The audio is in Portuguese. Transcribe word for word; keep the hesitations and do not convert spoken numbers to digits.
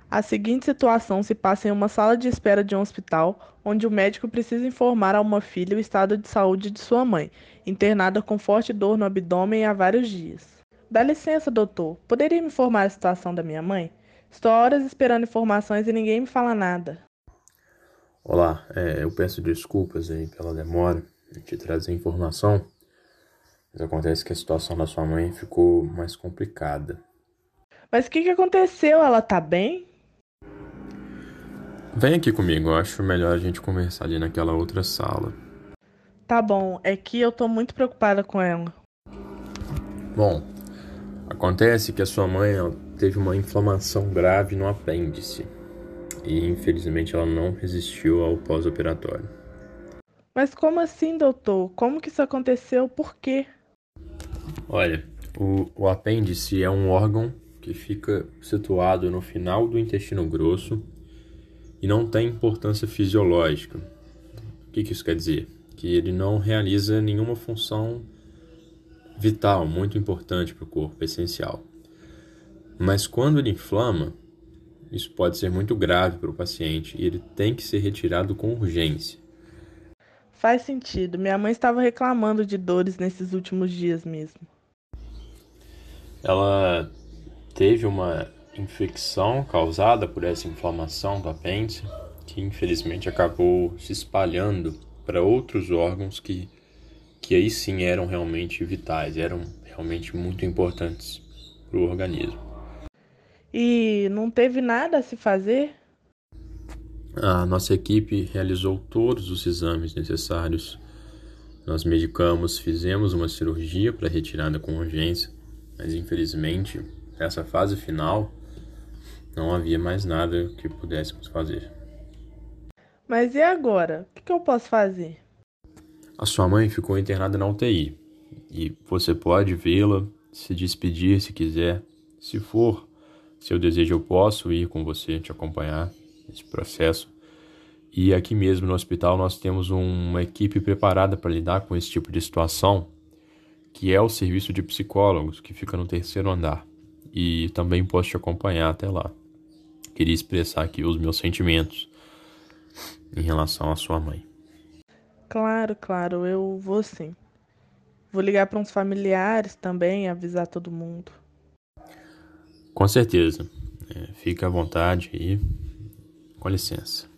A seguinte situação se passa em uma sala de espera de um hospital, onde o médico precisa informar a uma filha o estado de saúde de sua mãe, internada com forte dor no abdômen há vários dias. Dá licença, doutor. Poderia me informar a situação da minha mãe? Estou há horas esperando informações e ninguém me fala nada. Olá, é, eu peço desculpas aí pela demora de te trazer informação, mas acontece que a situação da sua mãe ficou mais complicada. Mas o que que aconteceu? Ela tá bem? Vem aqui comigo, eu acho melhor a gente conversar ali naquela outra sala. Tá bom, é que eu tô muito preocupada com ela. Bom, acontece que a sua mãe ela teve uma inflamação grave no apêndice e infelizmente ela não resistiu ao pós-operatório. Mas como assim, doutor? Como que isso aconteceu? Por quê? Olha, o, o apêndice é um órgão que fica situado no final do intestino grosso e não tem importância fisiológica. O que que isso quer dizer? Que ele não realiza nenhuma função vital, muito importante para o corpo, essencial. Mas quando ele inflama, isso pode ser muito grave para o paciente e ele tem que ser retirado com urgência. Faz sentido. Minha mãe estava reclamando de dores nesses últimos dias mesmo. Ela teve uma infecção causada por essa inflamação do apêndice, que infelizmente acabou se espalhando para outros órgãos que, que aí sim eram realmente vitais, eram realmente muito importantes para o organismo. E não teve nada a se fazer? A nossa equipe realizou todos os exames necessários. Nós medicamos, fizemos uma cirurgia para retirada com urgência, mas infelizmente, nessa fase final, não havia mais nada que pudéssemos fazer. Mas e agora? O que que eu posso fazer? A sua mãe ficou internada na U T I e você pode vê-la, se despedir se quiser. Se for seu desejo, eu posso ir com você, te acompanhar nesse processo. E aqui mesmo no hospital nós temos uma equipe preparada para lidar com esse tipo de situação, que é o serviço de psicólogos, que fica no terceiro andar. E também posso te acompanhar até lá. Queria expressar aqui os meus sentimentos em relação à sua mãe. Claro, claro, eu vou sim. Vou ligar para uns familiares também, avisar todo mundo. Com certeza. É, fica à vontade e com licença.